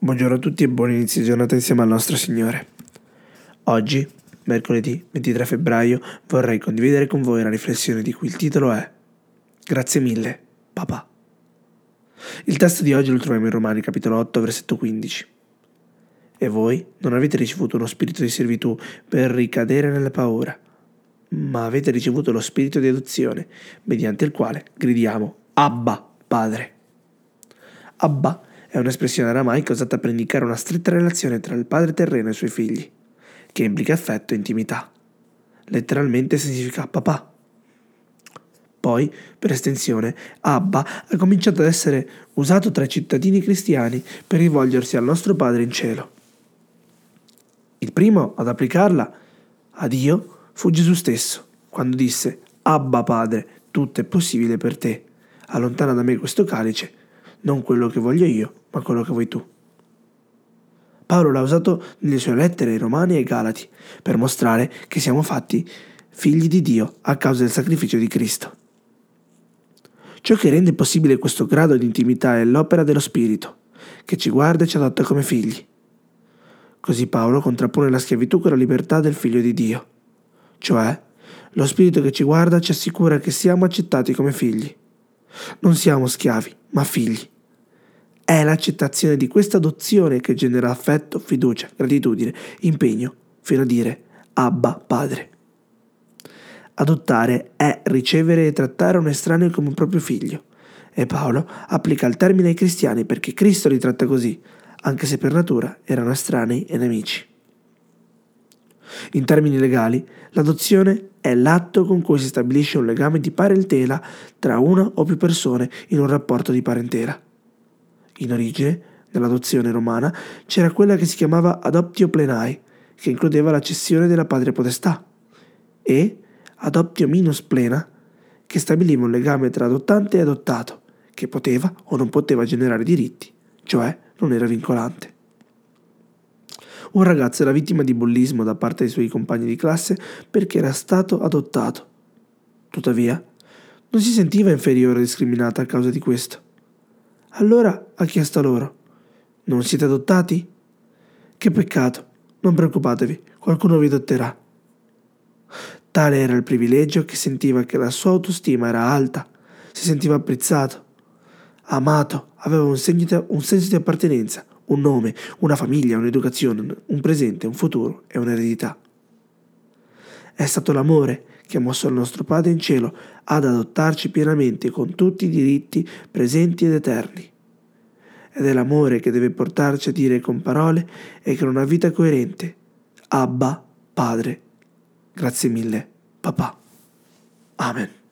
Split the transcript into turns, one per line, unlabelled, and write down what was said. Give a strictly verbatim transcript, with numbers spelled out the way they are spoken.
Buongiorno a tutti e buon inizio di giornata insieme al nostro Signore. Oggi, mercoledì ventitré febbraio, vorrei condividere con voi una riflessione di cui il titolo è Grazie mille, papà. Il testo di oggi lo troviamo in Romani capitolo otto, versetto quindici. E voi non avete ricevuto uno spirito di servitù per ricadere nella paura, ma avete ricevuto lo spirito di adozione, mediante il quale gridiamo Abba, Padre. Abba è un'espressione aramaica usata per indicare una stretta relazione tra il padre terreno e i suoi figli, che implica affetto e intimità. Letteralmente significa papà. Poi, per estensione, Abba ha cominciato ad essere usato tra i cittadini cristiani per rivolgersi al nostro Padre in cielo. Il primo ad applicarla a Dio fu Gesù stesso, quando disse Abba Padre, tutto è possibile per te, allontana da me questo calice, non quello che voglio io, ma quello che vuoi tu. Paolo l'ha usato nelle sue lettere ai Romani e ai Galati per mostrare che siamo fatti figli di Dio a causa del sacrificio di Cristo. Ciò che rende possibile questo grado di intimità è l'opera dello Spirito, che ci guarda e ci adotta come figli. Così Paolo contrappone la schiavitù con la libertà del Figlio di Dio, cioè lo Spirito che ci guarda ci assicura che siamo accettati come figli. Non siamo schiavi, ma figli. È l'accettazione di questa adozione che genera affetto, fiducia, gratitudine, impegno, fino a dire Abba, Padre. Adottare è ricevere e trattare un estraneo come un proprio figlio. E Paolo applica il termine ai cristiani perché Cristo li tratta così, anche se per natura erano estranei e nemici. In termini legali, l'adozione è l'atto con cui si stabilisce un legame di parentela tra una o più persone in un rapporto di parentela. In origine, nell'adozione romana, c'era quella che si chiamava adoptio plenae, che includeva la cessione della patria potestà, e adoptio minus plena, che stabiliva un legame tra adottante e adottato, che poteva o non poteva generare diritti, cioè non era vincolante. Un ragazzo era vittima di bullismo da parte dei suoi compagni di classe perché era stato adottato. Tuttavia, non si sentiva inferiore o discriminata a causa di questo. Allora ha chiesto loro, non siete adottati? Che peccato, non preoccupatevi, qualcuno vi adotterà. Tale era il privilegio che sentiva che la sua autostima era alta, si sentiva apprezzato, amato, aveva un, segno di, un senso di appartenenza, un nome, una famiglia, un'educazione, un presente, un futuro e un'eredità. È stato l'amore che ha mosso il nostro Padre in cielo ad adottarci pienamente con tutti i diritti presenti ed eterni. Ed è l'amore che deve portarci a dire con parole e con una vita coerente Abba, Padre, grazie mille, papà. Amen.